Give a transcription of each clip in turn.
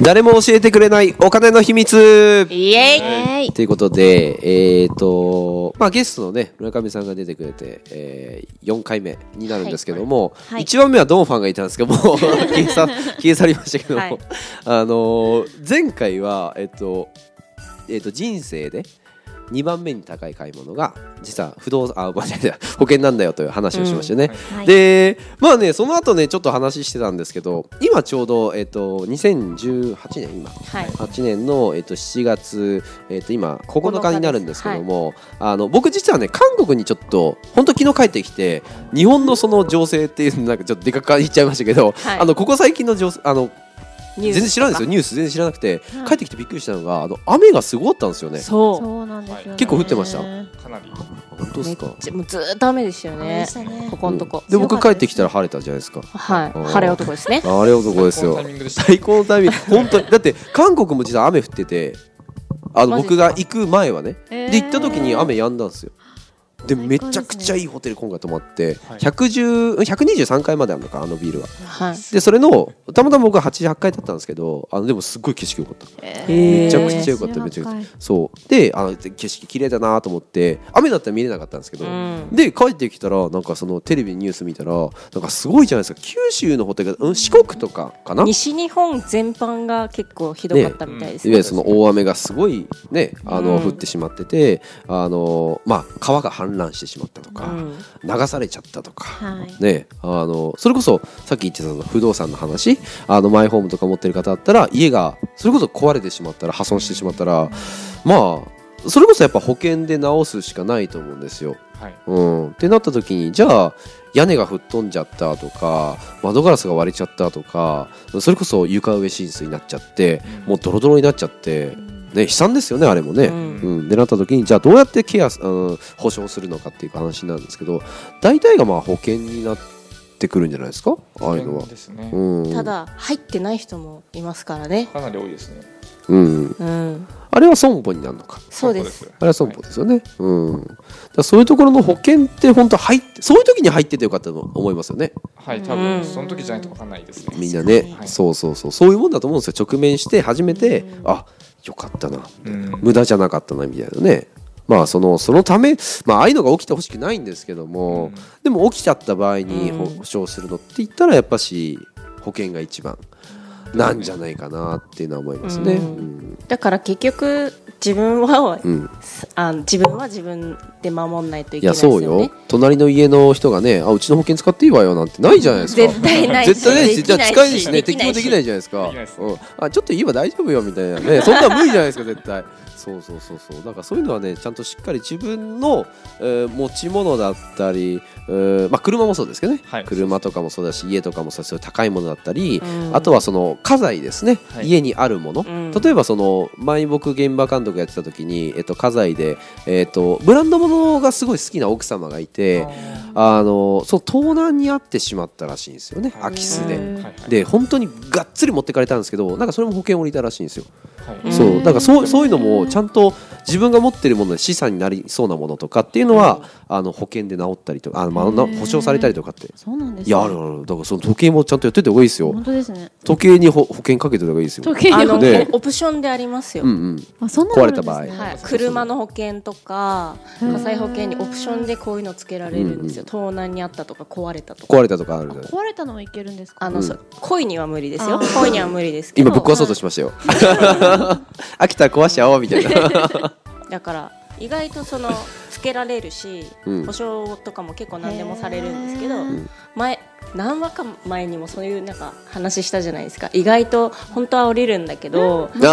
誰も教えてくれないお金の秘密イエイということで、ゲストのね村上さんが出てくれて、4回目になるんですけども、 はい、 1番目はドンファンがいたんですけども消え去りましたけども、はい、前回は、人生で2番目に高い買い物が実は保険なんだよという話をしましたね、はい、でまあねその後ねちょっと話してたんですけど今ちょうど、2018年今、はい、8年の、7月、今9日になるんですけども、はい、僕実はね韓国にちょっと本当昨日帰ってきて日本のその情勢っていうなんかちょっとでかく言っちゃいましたけど、はい、ここ最近の情勢全然知らないですよニュース全然知らなくて、はい、帰ってきてびっくりしたのが雨がすごかったんですよね。 そうなんですよね。 結構降ってました。 かなり本当ですか。 もうずっと雨でしたよね。ここのとこ。 で僕帰ってきたら晴れたじゃないですか。 はい。晴れ男ですね。 晴れ男ですよ。最高のタイミング本当にだって韓国も実は雨降ってて僕が行く前はねで行った時に雨止んだんですよ。でめちゃくちゃいいホテル今回泊まって、はい、123階まであるのかビルは、はい、でそれのたまたま僕は88階だったんですけどでもすっごい景色良かった、めちゃくちゃ良かっためちゃくちゃそうで景色綺麗だなと思って雨だったら見れなかったんですけど、で帰ってきたらなんかそのテレビニュース見たらなんかすごいじゃないですか九州のホテルが、四国とかかな西日本全般が結構ひどかったみたいですね。 いわゆるその大雨がすごいね降ってしまってて川が氾濫してしまったとか、流されちゃったとか、ね、それこそさっき言ってた不動産の話マイホームとか持ってる方だったら家がそれこそ壊れてしまったら破損してしまったらそれこそやっぱ保険で直すしかないと思うんですよ、はいってなった時にじゃあ屋根が吹っ飛んじゃったとか窓ガラスが割れちゃったとかそれこそ床上浸水になっちゃってもうドロドロになっちゃってね、悲惨ですよねあれもね、でなった時にじゃあどうやって保証するのかっていう話なんですけど大体が保険になってくるんじゃないですかああいうのはですね、 ただ入ってない人もいますからねかなり多いですね、 あれは損保になるのか。 そうです。 あれは損保ですよね、だそういうところの保険って本当そういう時に入っててよかったと思いますよね。 はい多分その時じゃないと分かんないですね。 みんなね、はい、そういうもんだと思うんですよ。直面して初めてよかったな無駄じゃなかったなみたいなね。そのためああいうのが起きてほしくないんですけども、でも起きちゃった場合に保証するのって言ったらやっぱし保険が一番なんじゃないかなっていうのは思いますね、 だから結局自分は自分で守んないといけないですよね。いやそうよ隣の家の人がねうちの保険使っていいわよなんてないじゃないですか。 絶対ないし絶対ないしじゃあ使いしね適用できないじゃないですか。ちょっといいわ大丈夫よみたいなねそんな無理じゃないですか絶対。そうなんかそういうのはねちゃんとしっかり自分の、持ち物だったり、車もそうですけどね、はい、車とかもそうだし家とかもそういう高いものだったり、あとはその家財ですね、はい、家にあるもの、例えばその前僕現場監督やってた時に、家財で、ブランド物がすごい好きな奥様がいてその盗難に遭ってしまったらしいんですよね空き巣で、で本当にがっつり持ってかれたんですけどなんかそれも保険を降りたらしいんですよ。そうだからそういうのもちゃんと自分が持っているもので資産になりそうなものとかっていうのは保険で治ったりとか保証されたりとかってそうなんです、ね、 いやあるだからその時計もちゃんとやっておいた方がいいですよ。 本当ですね。 時計に保険かけておいた方がいいですよ。 時計にオプションでありますよ、 壊れた場合、 車の保険とか火災保険にオプションでこういうのつけられるんですよ、盗難にあったとか壊れたとかある壊れたのもいけるんですか。 恋には無理ですよ。恋には無理ですけど今ぶっ壊そうとしましたよ飽きたら壊しちゃおうみたいなだから意外とつけられるし、保証とかも結構何でもされるんですけど、何話か前にもそういうなんか話したじゃないですか。意外と本当は降りるんだけど使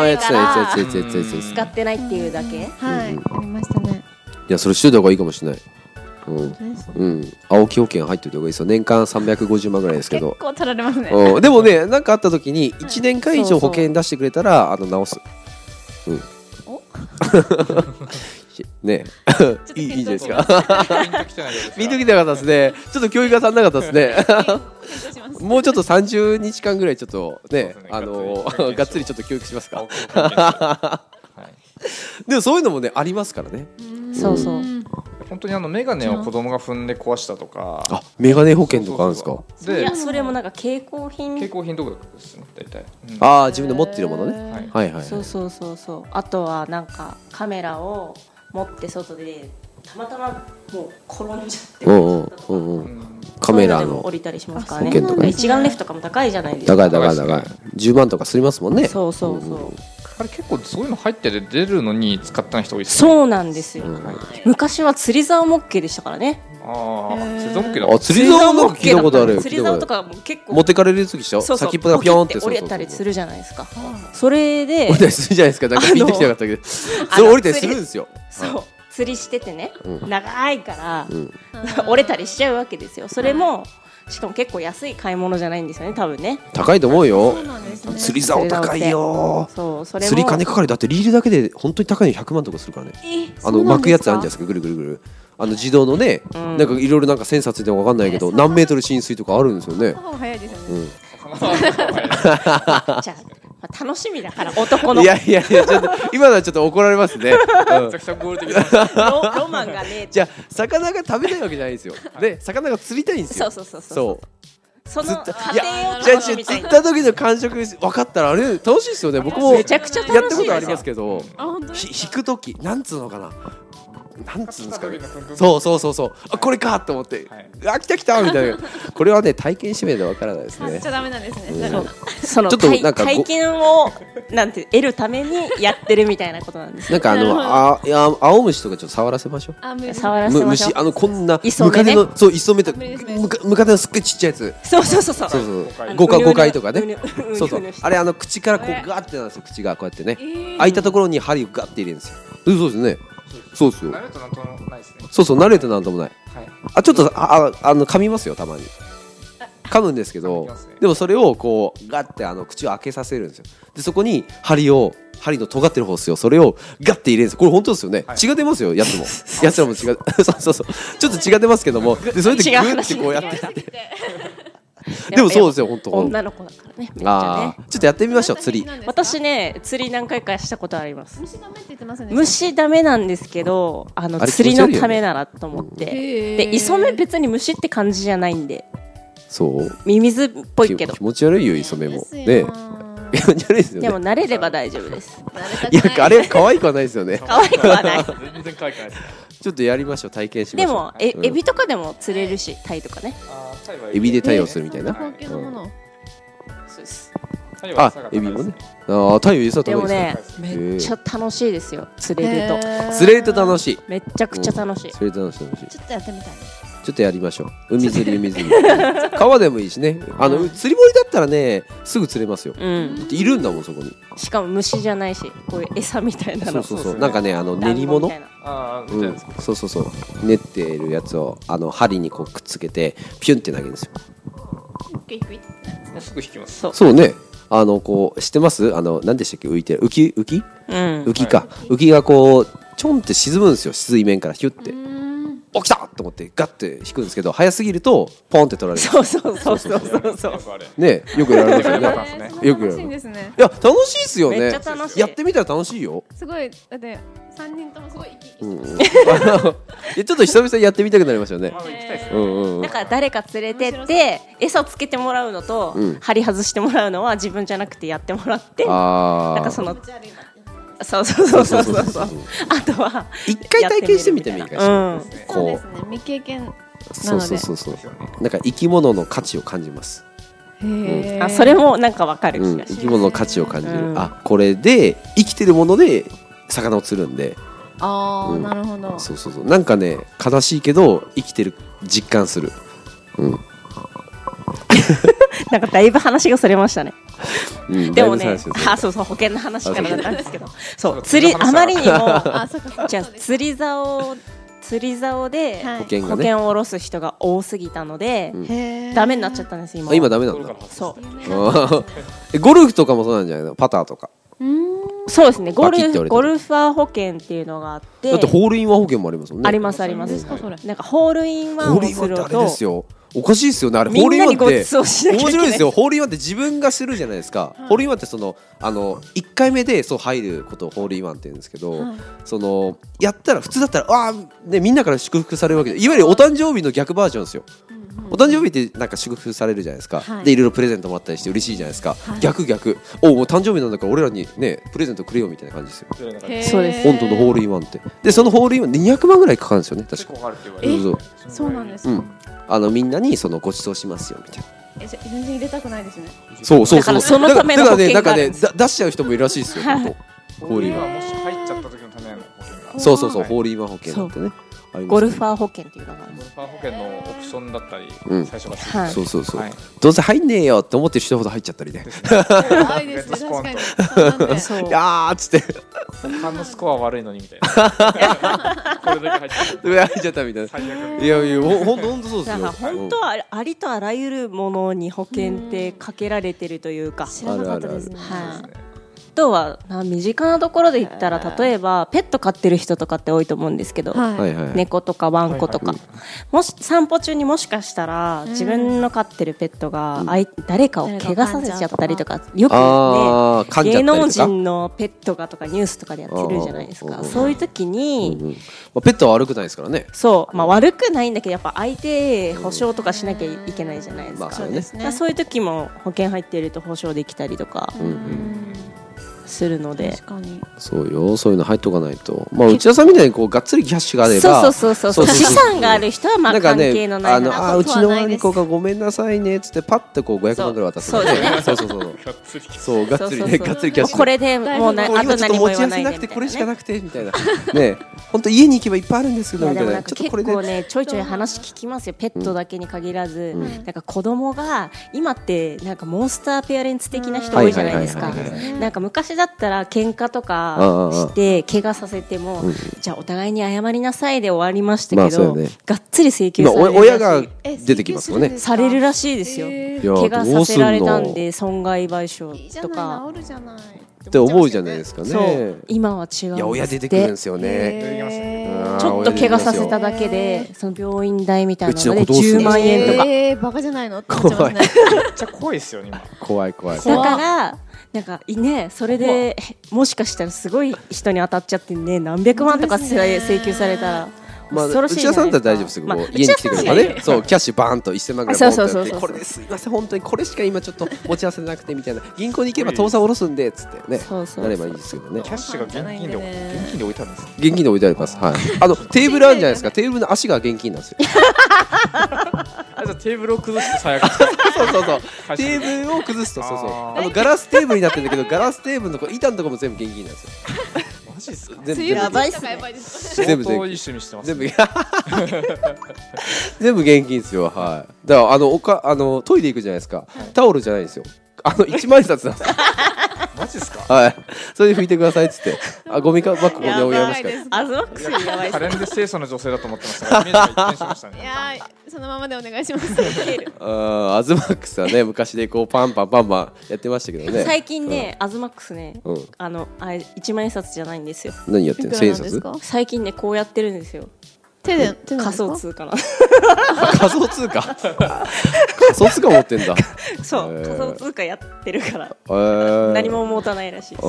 ってないっていうだけ、 ありましたね。 いやそれしといた方がいいかもしれない。青木保険入っておいた方がいいですよ。年間350万ぐらいですけど結構取られますね。 でもね何かあった時に1年間以上保険出してくれたら直す。ねいいじゃないですか。ピンときてなかったですね。ちょっと教育が足んなかったですねもうちょっと30日間ぐらいちょっとねがっつりちょっと教育しますかでもそういうのもねありますからね。 そうやっぱ本当にメガネを子供が踏んで壊したとか、 あ、メガネ保険とかあるんですか。 いやそれもなんか携行品とかですね大体、 ああ自分で持ってるものね、はいはい、 そうそうそうそう。あとはなんかカメラを持って外でたまたまもう転んじゃってカメラの降りたりしますからね。一眼レフとかも高いじゃないですか。 高い10万とかすりますもんね。 そうそうそう、 あれ結構そういうの入ってて出るのに使った人多いですね。 そうなんですよ、昔は釣り竿も OK でしたからね。 釣り竿なんか聞いたことある。 釣り竿とかも結構持ってかれるやつでしょ。先っぽがピョンって折れたりするじゃないですか。それで折れたりするじゃないですか。なんかピンときてなかったけどそれ折れたりするんですよ。 そう釣りしててね、長いから折れたりしちゃうわけですよ。それもしかも結構安い買い物じゃないんですよね、多分ね。 高いと思うよ。釣り竿高いよ。釣り金かかる。だってリールだけで本当に高いの100万とかするからね。巻くやつあるんじゃないですか、ぐるぐるぐる。自動のね、なんかいろいろなんかセンサーついても分かんないけど何メートル浸水とかあるんですよね。 早いですよね。 じゃあ楽しみだから男の。 いやちょっと今のはちょっと怒られますね。 めちゃくちゃ合理的なロマンがね。 じゃあ魚が食べたいわけじゃないんですよ。で魚が釣りたいんですよ。 そうその過程をじゃあ釣った時の感触分かったらあれ楽しいですよね。僕もめちゃくちゃ楽しい。 やったことありますけど、引く時なんつうのかな。なんつうんですかね。そうあこれかと思って、あ来たみたいな。これはね体験しないとわからないですね。 ちゃダメなんですね。 その体験をなんて得るためにやってるみたいなことなんです。 なんか青虫とかちょっと触らせましょう。 触らせましょう。 虫こんな磯目ね。 そう磯目とムカデのすっごいちっちゃいやつ。そう5回とかね。そうあれ口からこうガーってなんですよ。口がこうやってね開いたところに針をガーって入れるんですよ。そうですね。そうですよ。 慣れとなんともないですね。 そう慣れてなんともない。ちょっと噛みますよたまに。噛むんですけど、でもそれをこうガッて口を開けさせるんですよ。でそこに針の尖ってる方ですよ。それをガッて入れるんですよ。これ本当ですよね。血が出ますよ。やつらも血がそうちょっと血が出ますけども、でそれでグッてこうやってでもそうですよ本当。 女の子だからね。めっちゃね。 ちょっとやってみましょう釣り。 私ね釣り何回かしたことあります。 虫ダメって言ってますね。 虫ダメなんですけど釣りのためならと思って。で磯目別に虫って感じじゃないんで。 そうミミズっぽいけど気持ち悪いよ磯目もね。気持ち悪いですよね。 でも慣れれば大丈夫です。 いやあれ可愛くはないですよね。 可愛くはない。 全然可愛くないです。 ちょっとやりましょう。体験しましょう。 でもエビとかでも釣れるし、タイとかね。 エビでタイをするみたいな。 そうです。 エビもね。タイは餌食べる。 でもねめっちゃ楽しいですよ。釣れると楽しい。めっちゃくちゃ楽しい。 釣れると楽しい。 ちょっとやってみたい。 ちょっとやりましょう。海釣り川でもいいしね。釣り堀だったらねすぐ釣れますよ。いるんだもんそこに。 しかも虫じゃないしこういう餌みたいなの。 そうなんかね練り物。そう練ってるやつを針にこうくっつけてピュンって投げるんですよ。 すぐ引きます。 そうね。こう知ってます？何でしたっけ浮いてる浮きか。浮きがこうちょんって沈むんですよ。水面からヒュッて。起きたと思ってガッて引くんですけど早すぎるとポンって取られる。そうねよくやられますよね。よくやられます。いや楽しいですよね。 めっちゃ楽しい。 やってみたら楽しいよ。 すごいだって3人ともすごいちょっと久々にやってみたくなりましたよね。 だから誰か連れてって餌つけてもらうのと針外してもらうのは自分じゃなくてやってもらって、なんかそのそうあとは一回体験してみてもいいかしら。 そうですね未経験なのでそうなんか生き物の価値を感じます。 それもなんかわかる気がします。 生き物の価値を感じる。これで生きてるもので魚を釣るんで。 なるほど。 そうなんかね悲しいけど生きてる実感する。 なんかだいぶ話がそれましたね。でもね、そう保険の話からだったんですけど、そう釣りあまりにもじゃあ釣り竿で保険を下ろす人が多すぎたのでダメになっちゃったんです。 今ダメなんだ。 そうゴルフとかもそうなんじゃないの？パターとか。 そうですね。ゴルファー保険っていうのがあって、 だってホールインワン保険もありますもんね。 あります。なんかホールインワンをすると、 あれですよ。 おかしいですよねあれ。ホールインワンって面白いですよ。ホールインワンって自分がするじゃないですか。ホールインワンって1回目でそう入ることをホールインワンって言うんですけど、やったら普通だったらね、みんなから祝福されるわけで、いわゆるお誕生日の逆バージョンですよ。お誕生日ってなんか祝福されるじゃないですか、でいろいろプレゼントもあったりして嬉しいじゃないですか、逆お誕生日なんだから俺らにねプレゼントくれよみたいな感じですよ。 そうです。 本当のホールインワンって。でそのホールインワン200万ぐらいかかるんですよね確か。 そうなんですか。 みんなにご馳走しますよみたいな。 全然入れたくないですね。 そうだからそのための保険があるんです。 出しちゃう人もいるらしいですよ。 ホールインワンもし入っちゃった時のための保険が。 そうホールインワン保険なんてね。 ゴルファー保険っていうのがある。 ゴルファー保険のオプションだったり、最初がそうどうせ入んねえよって思ってる人ほど入っちゃったりね。 怖いですね確かに。 いやーっつって他のスコア悪いのにみたいな。これだけ入っちゃったみたいな。いや本当そうですよ。 だから本当はありとあらゆるものに保険ってかけられてるというか。 知らなかったですね。 あとは身近なところで言ったら例えばペット飼ってる人とかって多いと思うんですけど、猫とかワンコとか、もし散歩中にもしかしたら自分の飼ってるペットが誰かを怪我させちゃったりとか、よくね芸能人のペットがとかニュースとかでやってるじゃないですか。そういう時にペットは悪くないですからね。 そう悪くないんだけどやっぱ相手保証とかしなきゃいけないじゃないですか。そういう時も保険入っていると保証できたりとかするので。 確かにそうよ、そういうの入っとかないと。内田さんみたいにがっつりキャッシュがあれば、 そう資産がある人は関係のない話。 うちのワンコがごめんなさいねっつってパッと500万ぐらい渡す。そうがっつりね、がっつりキャッシュ。 これでもうあと何も言わないでみたいな。 持ち合わせなくてこれしかなくてみたいなね。本当家に行けばいっぱいあるんですけどみたいな。 結構ねちょいちょい話聞きますよ。ペットだけに限らず、なんか子供が今ってなんかモンスターペアレンツ的な人多いじゃないですか。なんか昔だったら喧嘩とかして怪我させても、じゃあお互いに謝りなさいで終わりましたけど、がっつり請求されるらしい。 親が出てきますよね。 されるらしいですよ。怪我させられたんで損害賠償とかって思うじゃないですかね。 そう今は違う。 いや親出てくるんですよね。 ちょっと怪我させただけでその病院代みたいなので10万円とか。 バカじゃないのって思っちゃいますね。 めっちゃ怖いですよね今。 怖い。 だからなんかね、それでもしかしたらすごい人に当たっちゃってね、何百万とか請求されたら内田さんだったら大丈夫ですけど、家に来てくればね、そうキャッシュバーンと1000万ぐらいボンとやって、これですいません本当にこれしか今ちょっと持ち合わせなくてみたいな、銀行に行けば当座下ろすんでっつってね、なればいいですけどね。 キャッシュが現金で置いてあるんです。 現金で置いてあります。はい。テーブルあるじゃないですか。テーブルの足が現金なんですよ。 じゃあテーブルを崩して最悪。 そうテーブルを崩すとガラステーブルになってるんだけど、ガラステーブルの板のところも全部現金なんですよ。 マジですか。 やばいっすね。 全部いい趣味してます。 全部現金ですよ。はい。だからトイレ行くじゃないですか。タオルじゃないんですよ。1万円札なんですよ。 マジですか。 はい。それで拭いてくださいっつって、ゴミバッグここに置いてますから。 アズマックスやばい。 可憐で清楚な女性だと思ってましたが、イメージが一変しましたね。 いやそのままでお願いします。 アズマックスはね、昔でこうパンパンやってましたけどね。 最近ね、アズマックスね、1万円札じゃないんですよ。 何やってんの？1000円札？ 最近ねこうやってるんですよ。 手で仮想通貨な。 仮想通貨？仮想通貨持ってんだ。 そう、仮想通貨やってるから。何も持たないらしいです。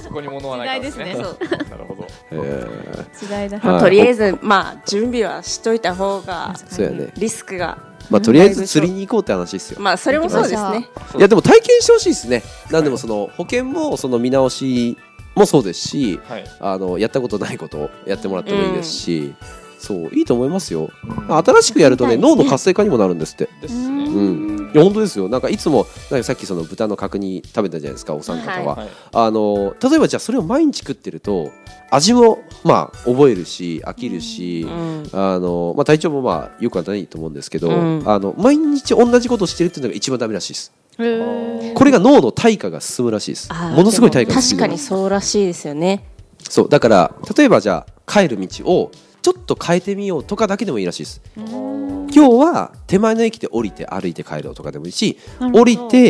そこに物はないからですね。なるほど。 時代だ。 とりあえず準備はしといた方がリスクが。 とりあえず釣りに行こうって話ですよ。 それもそうですね。 いやでも体験してほしいですね。なんでもその保険もその見直しもそうですし、やったことないことをやってもらってもいいですし、そういいと思いますよ。新しくやるとね、脳の活性化にもなるんですって。 ですね。 いや本当ですよ。なんかいつもさっきその豚の角煮食べたじゃないですか、お三方は。例えばじゃあそれを毎日食ってると味も覚えるし飽きるし、体調もよくはないと思うんですけど、毎日同じことをしてるっていうのが一番ダメらしいです。これが脳の退化が進むらしいです。ものすごい退化が進む。 確かにそうらしいですよね。 そうだから例えばじゃあ帰る道をちょっと変えてみようとかだけでもいいらしいです。今日は手前の駅で降りて歩いて帰ろうとかでもいいし、降りて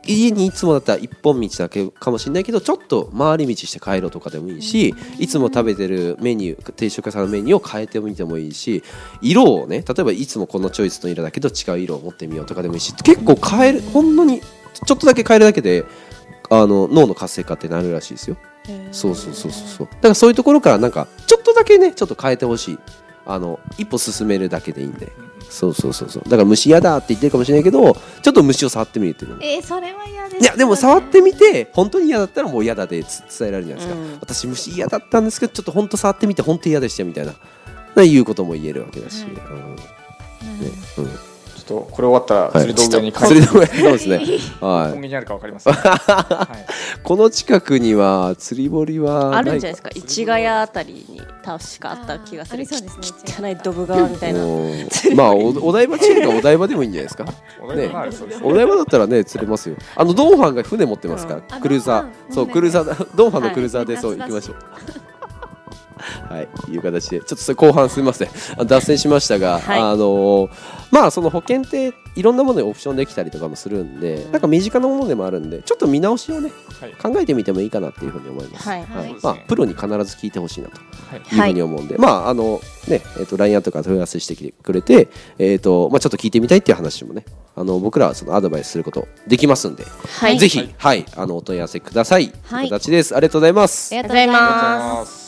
家にいつもだったら一本道だけかもしれないけどちょっと回り道して帰ろうとかでもいいし、いつも食べてるメニュー定食屋さんのメニューを変えてみてもいいし、色をね例えばいつもこのチョイスの色だけど違う色を持ってみようとかでもいいし、結構変える、ほんのにちょっとだけ変えるだけで脳の活性化ってなるらしいですよ。そうだからそういうところからなんかちょっとだけねちょっと変えてほしい、一歩進めるだけでいいんで、そうだから虫嫌だって言ってるかもしれないけどちょっと虫を触ってみるっていうのも、 それは嫌です。 いやでも触ってみて本当に嫌だったらもう嫌だで伝えられるじゃないですか、私虫嫌だったんですけどちょっと本当触ってみて本当に嫌でしたみたいないうことも言えるわけだし、 ちょっとこれ終わったら釣り道具屋に帰って、 釣り道具屋そうですねはい、 本気にあるか分かります、はい、 この近くには釣り堀はあるんじゃないですか。市ヶ谷あたりに確かあった気がする。 そうですね。 汚いドブ川みたいな。 まあお台場近いかお台場でもいいんじゃないですか。お台場だったらね釣れますよ。ドンファンが船持ってますから、クルーザー、そうクルーザー、ドンファンのクルーザーでそう行きましょう。はい、いう形でちょっとそれ後半すみません脱線しましたが、まあその保険っていろんなものにオプションできたりとかもするんで、なんか身近なものでもあるんでちょっと見直しをね、考えてみてもいいかなっていうふうに思います。まあプロに必ず聞いてほしいなというふうに思うんで、まあねLINE アットから問い合わせしてきてくれてまあちょっと聞いてみたいっていう話もね僕らはそのアドバイスすることできますんで、ぜひお問い合わせくださいという形です。ありがとうございます。 ありがとうございます。